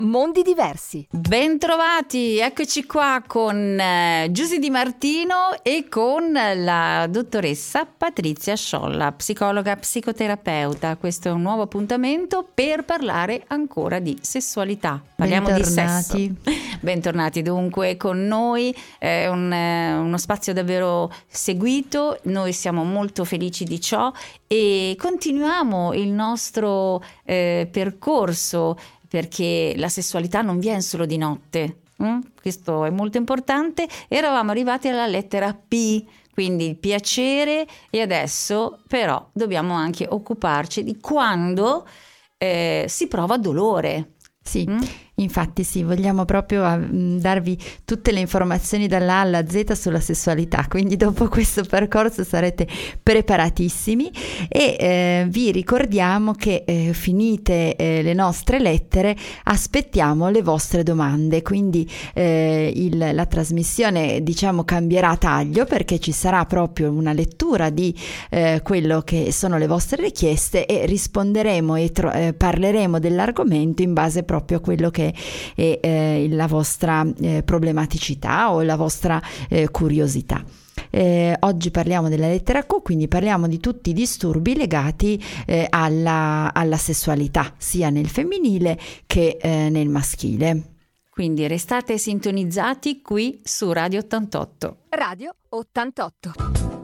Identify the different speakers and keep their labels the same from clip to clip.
Speaker 1: Mondi diversi.
Speaker 2: Bentrovati, eccoci qua con Giusy Di Martino e con la dottoressa Patrizia Sciolla, psicologa psicoterapeuta. Questo è un nuovo appuntamento per parlare ancora di sessualità. Parliamo
Speaker 3: Bentornati.
Speaker 2: di sesso. Bentornati dunque con noi, è uno spazio davvero seguito, noi siamo molto felici di ciò e continuiamo il nostro percorso, perché la sessualità non viene solo di notte, questo è molto importante. Eravamo arrivati alla lettera P, quindi il piacere, e adesso però dobbiamo anche occuparci di quando si prova dolore.
Speaker 3: Sì, infatti sì, vogliamo proprio darvi tutte le informazioni dalla A alla Z sulla sessualità, quindi dopo questo percorso sarete preparatissimi e vi ricordiamo che finite le nostre lettere aspettiamo le vostre domande, quindi la trasmissione diciamo cambierà taglio perché ci sarà proprio una lettura di quello che sono le vostre richieste e risponderemo e parleremo dell'argomento in base proprio a quello che è la vostra problematicità o la vostra curiosità. Oggi parliamo della lettera Q, quindi parliamo di tutti i disturbi legati alla sessualità, sia nel femminile che nel maschile.
Speaker 2: Quindi restate sintonizzati qui su Radio 88.
Speaker 1: Radio 88.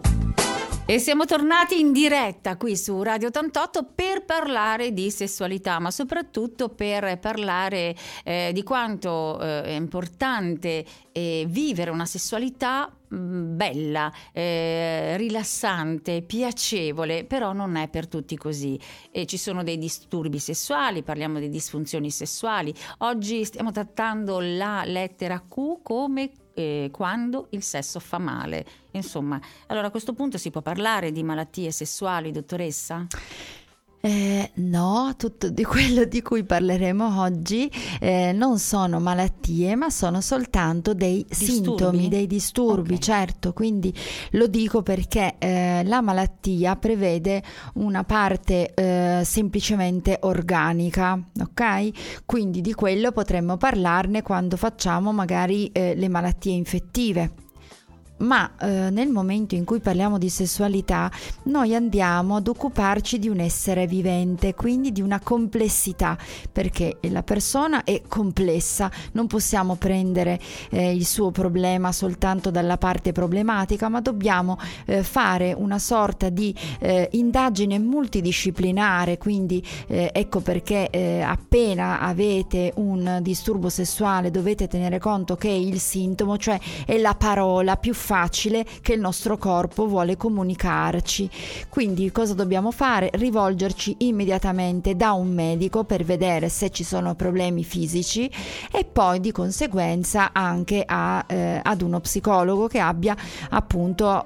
Speaker 2: E siamo tornati in diretta qui su Radio 88 per parlare di sessualità, ma soprattutto per parlare di quanto è importante vivere una sessualità bella, rilassante, piacevole, però non è per tutti così. E ci sono dei disturbi sessuali, parliamo di disfunzioni sessuali. Oggi stiamo trattando la lettera Q come quando il sesso fa male. Insomma, allora a questo punto si può parlare di malattie sessuali, dottoressa?
Speaker 3: No, tutto di quello di cui parleremo oggi non sono malattie, ma sono soltanto dei sintomi, dei disturbi, okay. Certo, quindi lo dico perché la malattia prevede una parte semplicemente organica, ok? Quindi di quello potremmo parlarne quando facciamo magari le malattie infettive. Ma nel momento in cui parliamo di sessualità noi andiamo ad occuparci di un essere vivente, quindi di una complessità, perché la persona è complessa, non possiamo prendere il suo problema soltanto dalla parte problematica, ma dobbiamo fare una sorta di indagine multidisciplinare, quindi ecco perché appena avete un disturbo sessuale dovete tenere conto che il sintomo, cioè è la parola più facile che il nostro corpo vuole comunicarci. Quindi cosa dobbiamo fare? Rivolgerci immediatamente da un medico per vedere se ci sono problemi fisici e poi di conseguenza anche ad uno psicologo che abbia appunto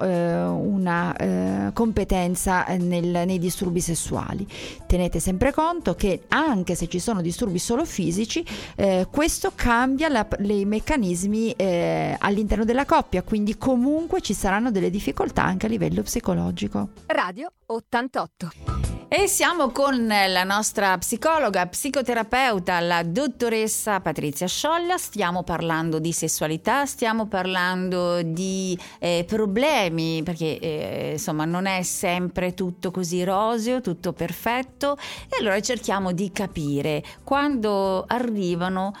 Speaker 3: una competenza nei disturbi sessuali. Tenete sempre conto che anche se ci sono disturbi solo fisici, questo cambia i meccanismi all'interno della coppia, quindi comunque ci saranno delle difficoltà anche a livello psicologico.
Speaker 1: Radio 88.
Speaker 2: E siamo con la nostra psicologa, psicoterapeuta, la dottoressa Patrizia Sciolla. Stiamo parlando di sessualità, stiamo parlando di problemi, perché insomma non è sempre tutto così roseo, tutto perfetto, e allora cerchiamo di capire quando arrivano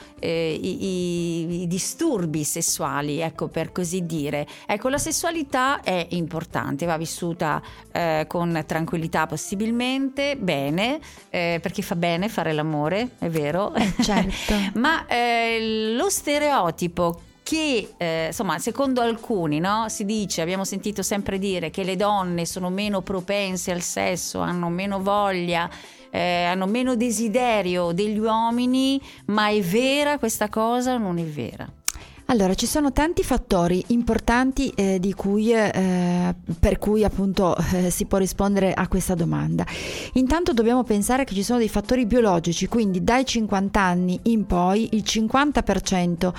Speaker 2: i disturbi sessuali, ecco, per così dire. Ecco, la sessualità è importante, va vissuta con tranquillità possibilmente, bene, perché fa bene fare l'amore, è vero?
Speaker 3: Certo.
Speaker 2: Ma lo stereotipo che insomma secondo alcuni, no, si dice, abbiamo sentito sempre dire che le donne sono meno propense al sesso, hanno meno voglia, hanno meno desiderio degli uomini, ma è vera questa cosa o non è vera?
Speaker 3: Allora, ci sono tanti fattori importanti per cui appunto si può rispondere a questa domanda. Intanto dobbiamo pensare che ci sono dei fattori biologici, quindi dai 50 anni in poi il 50%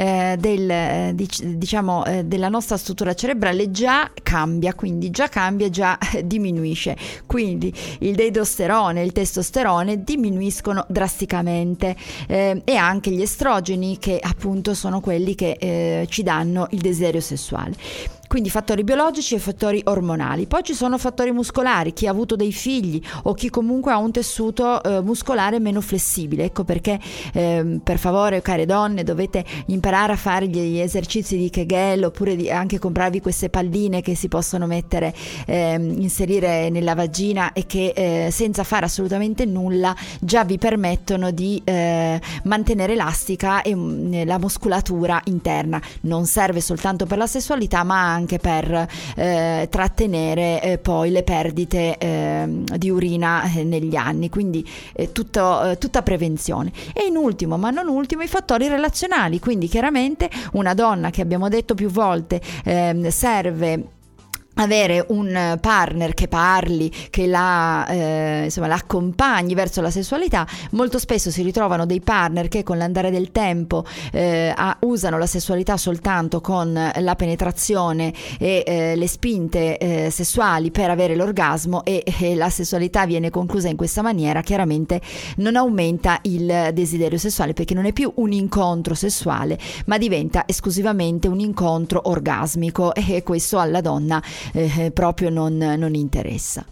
Speaker 3: della nostra struttura cerebrale già cambia, già diminuisce. Quindi il deidosterone e il testosterone diminuiscono drasticamente, e anche gli estrogeni, che appunto sono quelli che ci danno il desiderio sessuale. Quindi fattori biologici e fattori ormonali. Poi ci sono fattori muscolari, chi ha avuto dei figli o chi comunque ha un tessuto muscolare meno flessibile. Ecco perché per favore, care donne, dovete imparare a fare gli esercizi di Kegel, oppure anche comprarvi queste palline che si possono mettere, inserire nella vagina, e che senza fare assolutamente nulla già vi permettono di mantenere elastica la muscolatura interna. Non serve soltanto per la sessualità, ma anche per trattenere poi le perdite di urina negli anni, quindi tutta prevenzione. E in ultimo, ma non ultimo, i fattori relazionali. Quindi chiaramente una donna, che abbiamo detto più volte, serve avere un partner che parli, che la accompagni verso la sessualità. Molto spesso si ritrovano dei partner che con l'andare del tempo usano la sessualità soltanto con la penetrazione e le spinte sessuali per avere l'orgasmo, e la sessualità viene conclusa in questa maniera. Chiaramente non aumenta il desiderio sessuale, perché non è più un incontro sessuale, ma diventa esclusivamente un incontro orgasmico, e questo alla donna proprio non interessa.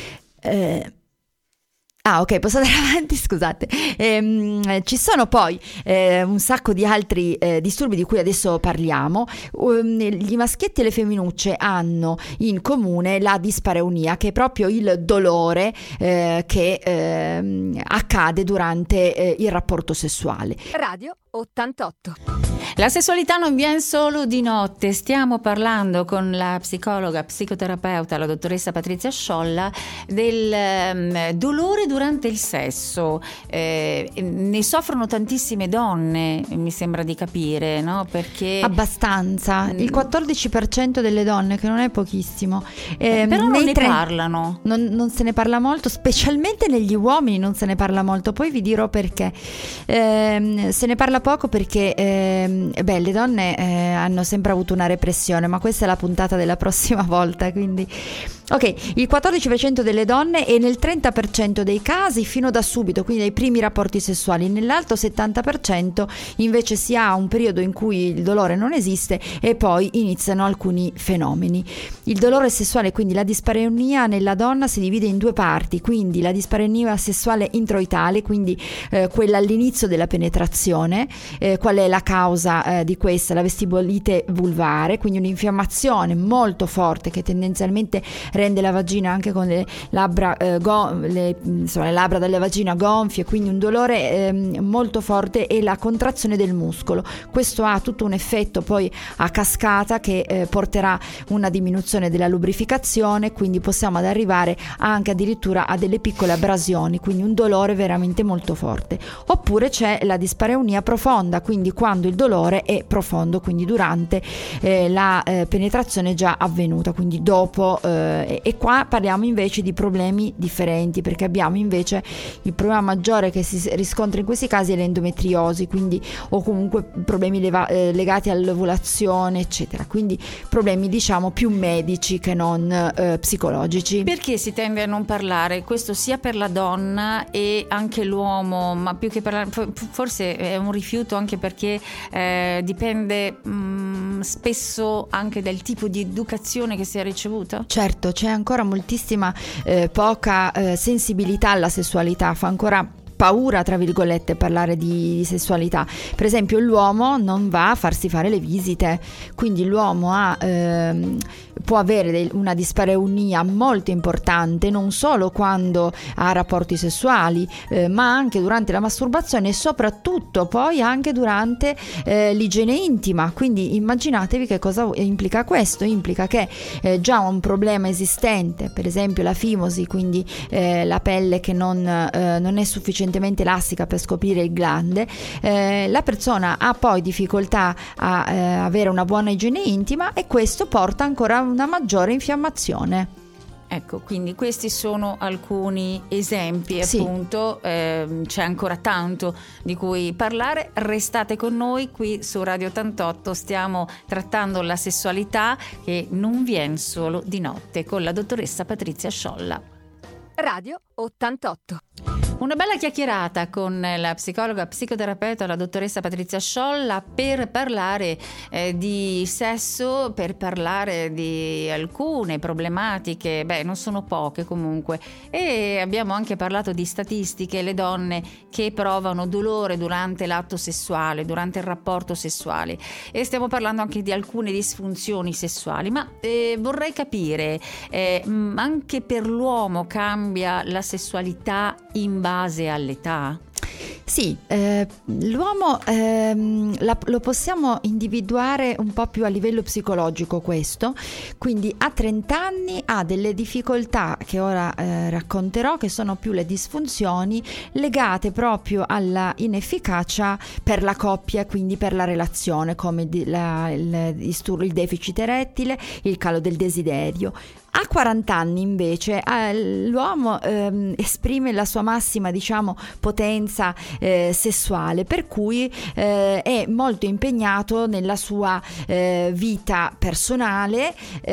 Speaker 3: Ok, posso andare avanti, scusate. Ci sono poi un sacco di altri disturbi di cui adesso parliamo. Gli maschietti e le femminucce hanno in comune la dispareunia, che è proprio il dolore che accade durante il rapporto sessuale.
Speaker 1: Radio 88.
Speaker 2: La sessualità non viene solo di notte. Stiamo parlando con la psicologa, psicoterapeuta, la dottoressa Patrizia Sciolla, del dolore durante il sesso. Ne soffrono tantissime donne, mi sembra di capire, no? Perché
Speaker 3: abbastanza. Il 14% delle donne, che non è pochissimo,
Speaker 2: però non ne parlano.
Speaker 3: Non se ne parla molto, specialmente negli uomini non se ne parla molto. Poi vi dirò perché. Se ne parla poco perché le donne hanno sempre avuto una repressione, ma questa è la puntata della prossima volta, quindi ok, il 14% delle donne, e nel 30% dei casi fino da subito, quindi dai primi rapporti sessuali. Nell'altro 70% invece si ha un periodo in cui il dolore non esiste e poi iniziano alcuni fenomeni. Il dolore sessuale, quindi la dispareunia nella donna, si divide in due parti, quindi la dispareunia sessuale introitale, quindi quella all'inizio della penetrazione. Qual è la causa di questa? La vestibolite vulvare, quindi un'infiammazione molto forte che tendenzialmente rende la vagina, anche con le labbra le labbra della vagina gonfie, quindi un dolore molto forte, e la contrazione del muscolo. Questo ha tutto un effetto poi a cascata che porterà una diminuzione della lubrificazione, quindi possiamo arrivare anche addirittura a delle piccole abrasioni, quindi un dolore veramente molto forte. Oppure c'è la dispareunia profonda, quindi quando il dolore è profondo, quindi durante la penetrazione già avvenuta, quindi dopo, e qua parliamo invece di problemi differenti, perché abbiamo invece il problema maggiore che si riscontra in questi casi è l'endometriosi, quindi, o comunque problemi legati all'ovulazione, eccetera, quindi problemi diciamo più medici che non psicologici.
Speaker 2: Perché si tende a non parlare? Questo sia per la donna e anche l'uomo, ma più che parlare, forse è un rifiuto, anche perché dipende spesso anche dal tipo di educazione che si è ricevuta.
Speaker 3: Certo, c'è ancora moltissima poca sensibilità alla sessualità, fa ancora paura, tra virgolette, parlare di sessualità. Per esempio l'uomo non va a farsi fare le visite, quindi l'uomo può avere una dispareunia molto importante non solo quando ha rapporti sessuali, ma anche durante la masturbazione, e soprattutto poi anche durante l'igiene intima. Quindi immaginatevi che cosa implica questo. Implica che già un problema esistente, per esempio la fimosi, quindi la pelle che non è sufficientemente sufficientemente elastica per scoprire il glande, la persona ha poi difficoltà a avere una buona igiene intima e questo porta ancora a una maggiore infiammazione.
Speaker 2: Ecco, quindi questi sono alcuni esempi,
Speaker 3: sì.
Speaker 2: Appunto, c'è ancora tanto di cui parlare. Restate con noi qui su Radio 88, stiamo trattando la sessualità che non viene solo di notte con la dottoressa Patrizia Sciolla.
Speaker 1: Radio 88.
Speaker 2: Una bella chiacchierata con la psicologa psicoterapeuta, la dottoressa Patrizia Sciolla, per parlare di sesso, per parlare di alcune problematiche, non sono poche comunque, e abbiamo anche parlato di statistiche, le donne che provano dolore durante l'atto sessuale, durante il rapporto sessuale, e stiamo parlando anche di alcune disfunzioni sessuali, ma vorrei capire, anche per l'uomo cambia la sessualità in base all'età?
Speaker 3: Sì, l'uomo lo possiamo individuare un po' più a livello psicologico questo, quindi a 30 anni ha delle difficoltà che ora racconterò, che sono più le disfunzioni legate proprio alla inefficacia per la coppia, quindi per la relazione, come il deficit erettile, il calo del desiderio. A 40 anni invece l'uomo esprime la sua massima, potenza sessuale, per cui è molto impegnato nella sua vita personale,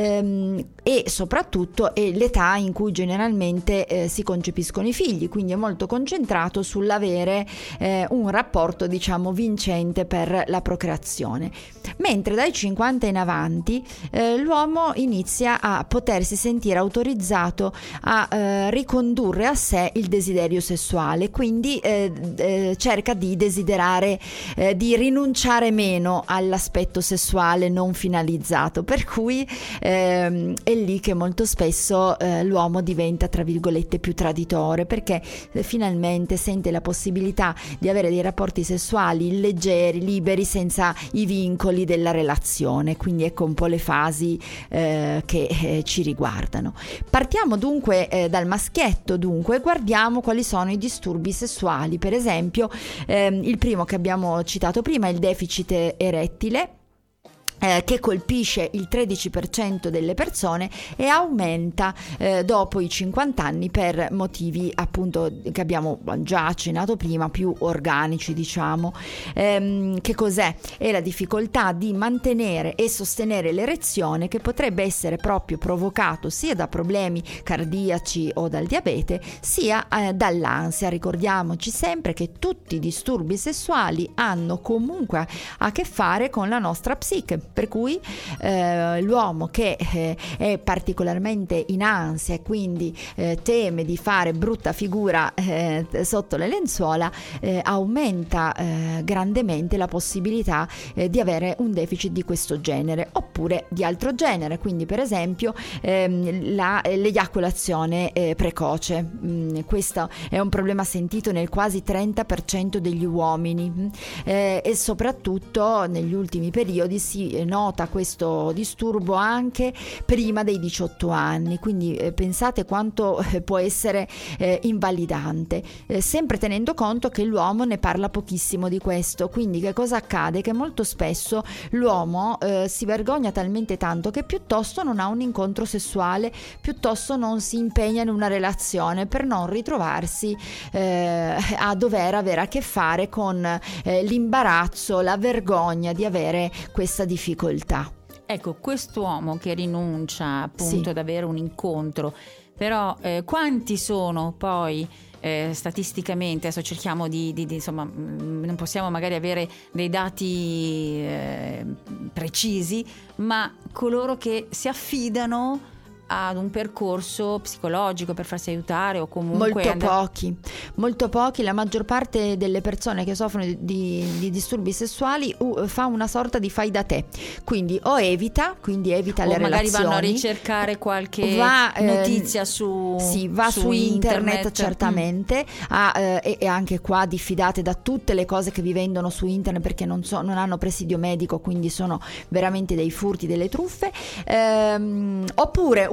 Speaker 3: e soprattutto è l'età in cui generalmente si concepiscono i figli, quindi è molto concentrato sull'avere un rapporto vincente per la procreazione, mentre dai 50 in avanti l'uomo inizia a potersi sentire autorizzato a ricondurre a sé il desiderio sessuale, quindi cerca di desiderare, di rinunciare meno all'aspetto sessuale non finalizzato, per cui è lì che molto spesso l'uomo diventa, tra virgolette, più traditore, perché finalmente sente la possibilità di avere dei rapporti sessuali leggeri, liberi, senza i vincoli della relazione. Quindi ecco un po' le fasi che ci riguardano. Partiamo dunque dal maschietto, guardiamo quali sono i disturbi sessuali. Per esempio il primo che abbiamo citato prima è il deficit erettile, che colpisce il 13% delle persone e aumenta dopo i 50 anni per motivi appunto che abbiamo già accennato prima, più organici Che cos'è? È la difficoltà di mantenere e sostenere l'erezione, che potrebbe essere proprio provocato sia da problemi cardiaci o dal diabete, sia dall'ansia. Ricordiamoci sempre che tutti i disturbi sessuali hanno comunque a che fare con la nostra psiche, per cui l'uomo che è particolarmente in ansia e quindi teme di fare brutta figura sotto le lenzuola, aumenta grandemente la possibilità di avere un deficit di questo genere oppure di altro genere, quindi per esempio l'eiaculazione precoce. Questo è un problema sentito nel quasi 30% degli uomini, e soprattutto negli ultimi periodi si nota questo disturbo anche prima dei 18 anni, quindi pensate quanto può essere invalidante, sempre tenendo conto che l'uomo ne parla pochissimo di questo. Quindi che cosa accade? Che molto spesso l'uomo si vergogna talmente tanto che piuttosto non ha un incontro sessuale, piuttosto non si impegna in una relazione, per non ritrovarsi a dover avere a che fare con l'imbarazzo, la vergogna di avere questa difficoltà.
Speaker 2: Ecco, quest'uomo che rinuncia appunto ad avere un incontro, però quanti sono poi statisticamente, adesso cerchiamo di insomma, non possiamo magari avere dei dati precisi, ma coloro che si affidano ad un percorso psicologico per farsi aiutare o comunque
Speaker 3: molto pochi. La maggior parte delle persone che soffrono di disturbi sessuali fa una sorta di fai da te, quindi evita le relazioni,
Speaker 2: magari vanno a ricercare qualche notizia su
Speaker 3: internet certamente, e anche qua diffidate da tutte le cose che vi vendono su internet, perché non hanno presidio medico, quindi sono veramente dei furti, delle truffe, oppure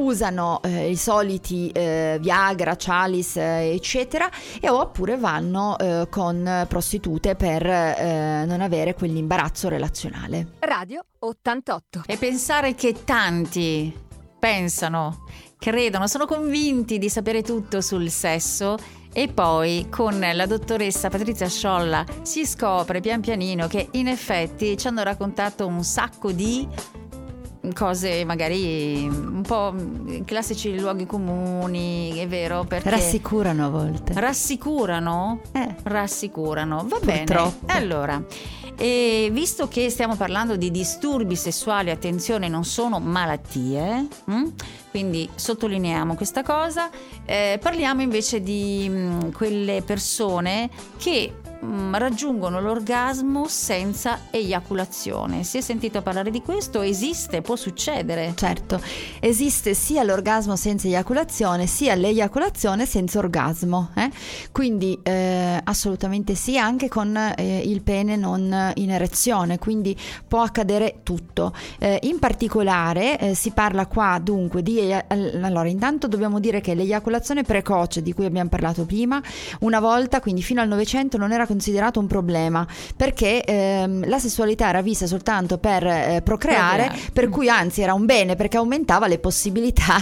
Speaker 3: usano i soliti Viagra, Cialis, eccetera, oppure vanno con prostitute per non avere quell'imbarazzo relazionale.
Speaker 1: Radio 88.
Speaker 2: E pensare che tanti pensano, credono, sono convinti di sapere tutto sul sesso, e poi con la dottoressa Patrizia Sciolla si scopre pian pianino che in effetti ci hanno raccontato un sacco di cose magari un po' classici luoghi comuni, è vero, perché
Speaker 3: rassicurano a volte.
Speaker 2: Rassicurano? Rassicurano, va
Speaker 3: Purtroppo.
Speaker 2: bene. Allora, e visto che stiamo parlando di disturbi sessuali, attenzione, non sono malattie, quindi sottolineiamo questa cosa. Parliamo invece di quelle persone che raggiungono l'orgasmo senza eiaculazione. Si è sentito parlare di questo? Esiste? Può succedere?
Speaker 3: Certo, esiste sia l'orgasmo senza eiaculazione sia l'eiaculazione senza orgasmo, quindi assolutamente sì, anche con il pene non in erezione, quindi può accadere tutto. In particolare si parla qua dunque di allora, intanto dobbiamo dire che l'eiaculazione precoce, di cui abbiamo parlato prima, una volta, quindi fino al Novecento, non era considerato un problema, perché la sessualità era vista soltanto per procreare, per cui anzi era un bene, perché aumentava le possibilità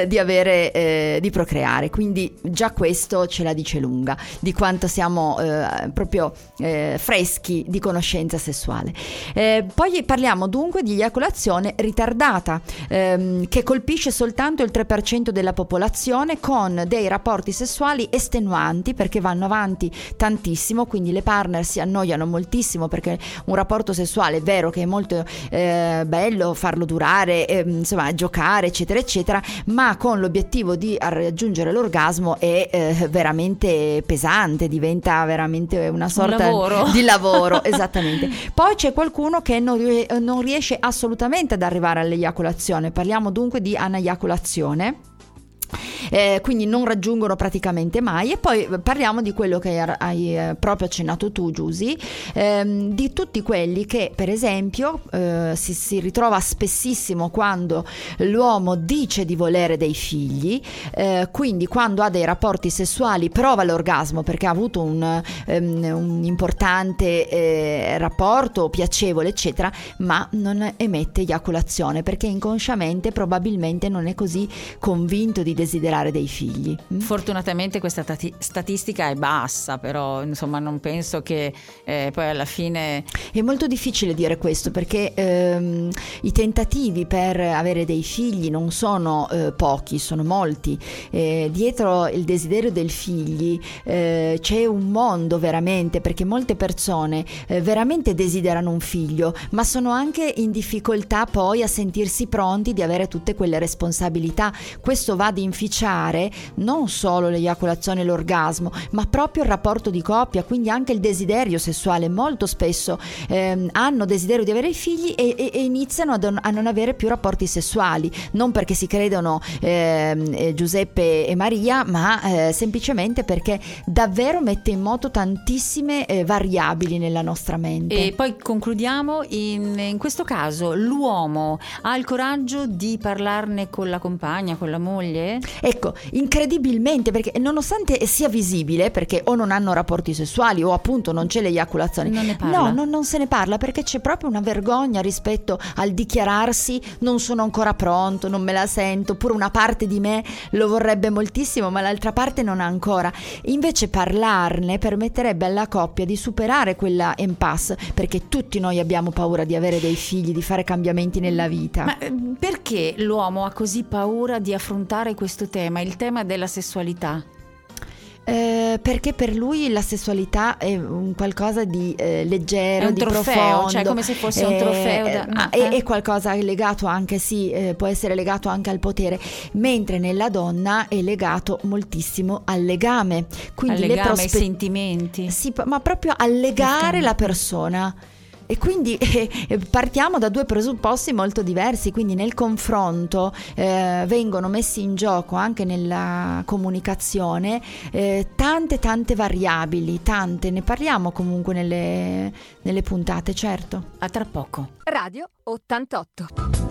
Speaker 3: di procreare. Quindi già questo ce la dice lunga di quanto siamo proprio freschi di conoscenza sessuale. Poi parliamo dunque di eiaculazione ritardata, che colpisce soltanto il 3% della popolazione, con dei rapporti sessuali estenuanti, perché vanno avanti tantissimo, quindi le partner si annoiano moltissimo, perché un rapporto sessuale è vero che è molto bello farlo durare, insomma giocare eccetera eccetera, ma con l'obiettivo di raggiungere l'orgasmo è veramente pesante, diventa veramente una sorta di lavoro esattamente. Poi c'è qualcuno che non riesce assolutamente ad arrivare all'eiaculazione, parliamo dunque di aneiaculazione. Quindi non raggiungono praticamente mai. E poi parliamo di quello che hai proprio accennato tu, Giusy, di tutti quelli che per esempio si ritrova spessissimo quando l'uomo dice di volere dei figli, quindi quando ha dei rapporti sessuali prova l'orgasmo perché ha avuto un importante rapporto piacevole eccetera, ma non emette eiaculazione perché inconsciamente probabilmente non è così convinto di desiderare dei figli.
Speaker 2: Fortunatamente questa statistica è bassa, però insomma non penso che poi alla fine...
Speaker 3: È molto difficile dire questo perché i tentativi per avere dei figli non sono pochi, sono molti. Dietro il desiderio del figli c'è un mondo veramente, perché molte persone veramente desiderano un figlio, ma sono anche in difficoltà poi a sentirsi pronti di avere tutte quelle responsabilità. Questo va ad inficiare non solo l'eiaculazione e l'orgasmo, ma proprio il rapporto di coppia, quindi anche il desiderio sessuale. Molto spesso hanno desiderio di avere figli e iniziano a non avere più rapporti sessuali, non perché si credono Giuseppe e Maria, ma semplicemente perché davvero mette in moto tantissime variabili nella nostra mente.
Speaker 2: E poi concludiamo, in questo caso l'uomo ha il coraggio di parlarne con la compagna, con la moglie?
Speaker 3: Ecco, incredibilmente, perché nonostante sia visibile, perché o non hanno rapporti sessuali o appunto non c'è l'eiaculazione,
Speaker 2: non ne parla.
Speaker 3: No, non se ne parla perché c'è proprio una vergogna rispetto al dichiararsi non sono ancora pronto, non me la sento, oppure una parte di me lo vorrebbe moltissimo ma l'altra parte non ha ancora. Invece parlarne permetterebbe alla coppia di superare quella impasse, perché tutti noi abbiamo paura di avere dei figli, di fare cambiamenti nella vita.
Speaker 2: Ma perché l'uomo ha così paura di affrontare questo tema, il tema della sessualità?
Speaker 3: Perché per lui la sessualità è un qualcosa di leggero,
Speaker 2: è un
Speaker 3: di
Speaker 2: trofeo,
Speaker 3: profondo,
Speaker 2: cioè come se fosse un trofeo
Speaker 3: è qualcosa legato anche, può essere legato anche al potere, mentre nella donna è legato moltissimo al legame, quindi
Speaker 2: al legame, ai sentimenti,
Speaker 3: sì, ma proprio a legare la persona. E quindi partiamo da due presupposti molto diversi, quindi nel confronto vengono messi in gioco anche nella comunicazione tante variabili, ne parliamo comunque nelle puntate, certo.
Speaker 2: A tra poco.
Speaker 1: Radio 88.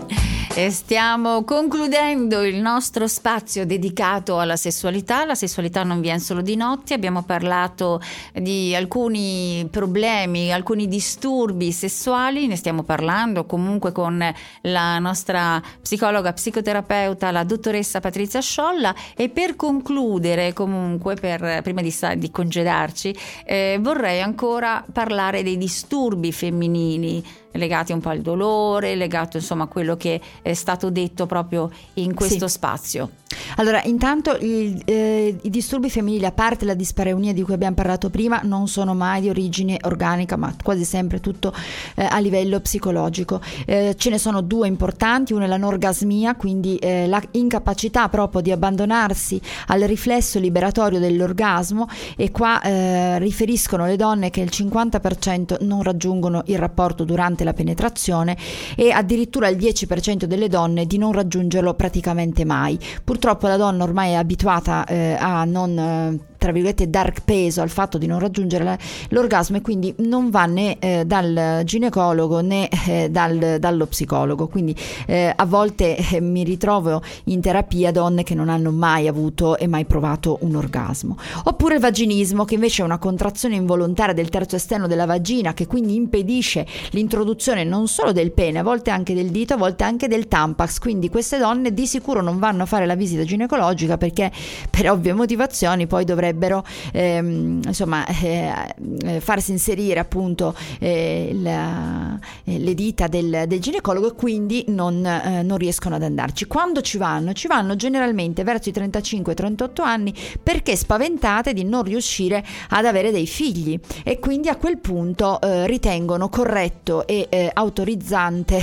Speaker 2: Stiamo concludendo il nostro spazio dedicato alla sessualità. La sessualità non viene solo di notte, abbiamo parlato di alcuni problemi, alcuni disturbi sessuali, ne stiamo parlando comunque con la nostra psicologa, psicoterapeuta, la dottoressa Patrizia Sciolla. E per concludere, comunque, prima di congedarci, vorrei ancora parlare dei disturbi femminili legati un po' al dolore, legato insomma a quello che è stato detto proprio in questo spazio.
Speaker 3: Allora, intanto i disturbi femminili, a parte la dispareunia di cui abbiamo parlato prima, non sono mai di origine organica, ma quasi sempre tutto a livello psicologico. Ce ne sono due importanti: una è l'anorgasmia, quindi la incapacità proprio di abbandonarsi al riflesso liberatorio dell'orgasmo, e qua riferiscono le donne che il 50% non raggiungono il rapporto durante la penetrazione, e addirittura il 10% delle donne di non raggiungerlo praticamente mai. Purtroppo la donna ormai è abituata a non tra virgolette dar peso al fatto di non raggiungere l'orgasmo, e quindi non va né dal ginecologo né dallo psicologo. Quindi a volte mi ritrovo in terapia donne che non hanno mai avuto e mai provato un orgasmo. Oppure il vaginismo, che invece è una contrazione involontaria del terzo esterno della vagina, che quindi impedisce l'introduzione non solo del pene, a volte anche del dito, a volte anche del tampax. Quindi queste donne di sicuro non vanno a fare la visita ginecologica, perché per ovvie motivazioni poi dovrebbero farsi inserire appunto le dita del ginecologo, e quindi non riescono ad andarci. Quando ci vanno generalmente verso i 35-38 anni, perché spaventate di non riuscire ad avere dei figli, e quindi a quel punto ritengono corretto e autorizzante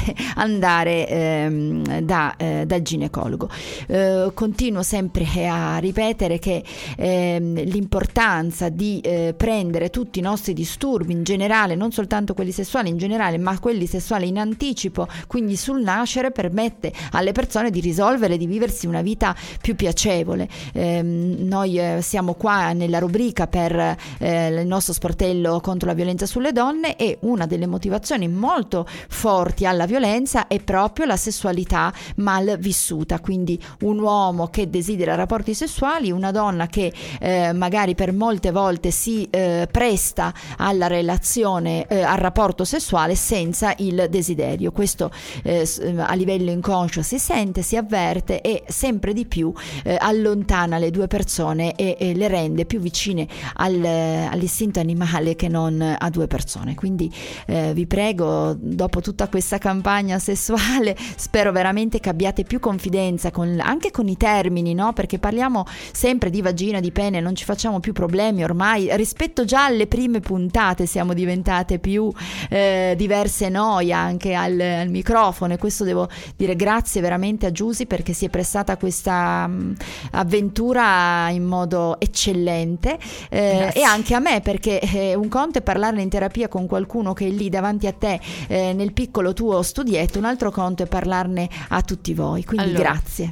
Speaker 3: andare dal ginecologo. Continuo sempre a ripetere che l'importanza di prendere tutti i nostri disturbi in generale, non soltanto quelli sessuali in generale, ma quelli sessuali in anticipo, quindi sul nascere, permette alle persone di risolvere, di viversi una vita più piacevole. Noi siamo qua nella rubrica per il nostro sportello contro la violenza sulle donne, e una delle motivazioni molto forti alla violenza è proprio la sessualità mal vissuta. Quindi un uomo che desidera rapporti sessuali, una donna che magari per molte volte si presta alla relazione, al rapporto sessuale senza il desiderio. Questo a livello inconscio si sente, si avverte, e sempre di più allontana le due persone e le rende più vicine all'istinto animale che non a due persone. Quindi vi prego, dopo tutta questa campagna sessuale, spero veramente che abbiate più confidenza anche con i termini, no? Perché parliamo sempre di vagina, di pene, non ci facciamo più problemi ormai. Rispetto già alle prime puntate siamo diventate più diverse noi anche al microfono, e questo devo dire grazie veramente a Giusy, perché si è prestata a questa avventura in modo eccellente, e anche a me, perché un conto è parlarne in terapia con qualcuno che è lì davanti a te nel piccolo tuo studietto, un altro conto è parlarne a tutti voi. Quindi
Speaker 2: allora,
Speaker 3: grazie.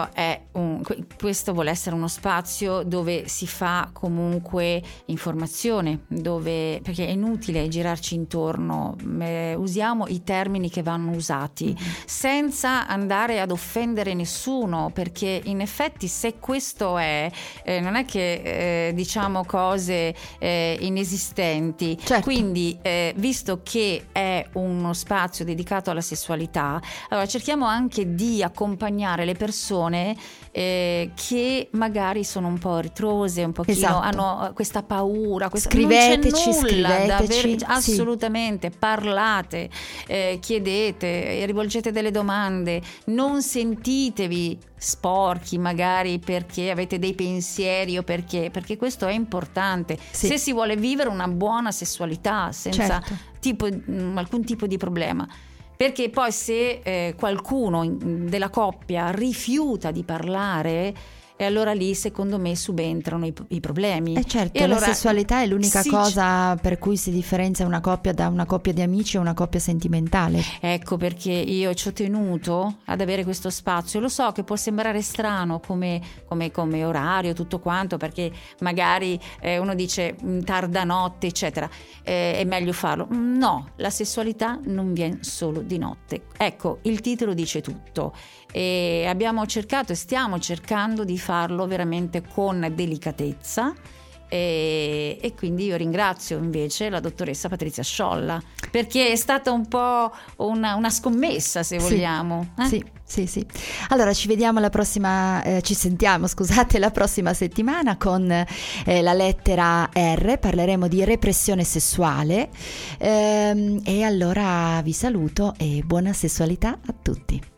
Speaker 2: Questo vuole essere uno spazio dove si fa comunque informazione, perché è inutile girarci intorno, usiamo i termini che vanno usati senza andare ad offendere nessuno, perché in effetti se questo non è che diciamo cose inesistenti.
Speaker 3: Certo.
Speaker 2: Quindi visto che è uno spazio dedicato alla sessualità, allora cerchiamo anche di accompagnare le persone che magari sono un po' ritrose, un pochino,
Speaker 3: esatto,
Speaker 2: hanno questa paura,
Speaker 3: scriveteci,
Speaker 2: non c'è nulla da avere,
Speaker 3: sì,
Speaker 2: assolutamente, parlate, chiedete, rivolgete delle domande, non sentitevi sporchi magari perché avete dei pensieri o perché questo è importante, se si vuole vivere una buona sessualità senza alcun tipo di problema. Perché poi se qualcuno della coppia rifiuta di parlare, e allora lì secondo me subentrano i problemi.
Speaker 3: Certo,
Speaker 2: e allora,
Speaker 3: la sessualità è l'unica
Speaker 2: sì,
Speaker 3: cosa per cui si differenzia una coppia da una coppia di amici o una coppia sentimentale.
Speaker 2: Ecco perché io ci ho tenuto ad avere questo spazio. Lo so che può sembrare strano come orario, tutto quanto, perché magari uno dice tarda notte, eccetera, è meglio farlo. No, la sessualità non viene solo di notte. Ecco, il titolo dice tutto. E abbiamo cercato e stiamo cercando di farlo veramente con delicatezza, e quindi io ringrazio invece la dottoressa Patrizia Sciolla, perché è stata un po' una scommessa, se vogliamo.
Speaker 3: Sì. Allora ci sentiamo la prossima settimana con la lettera R, parleremo di repressione sessuale, e allora vi saluto e buona sessualità a tutti.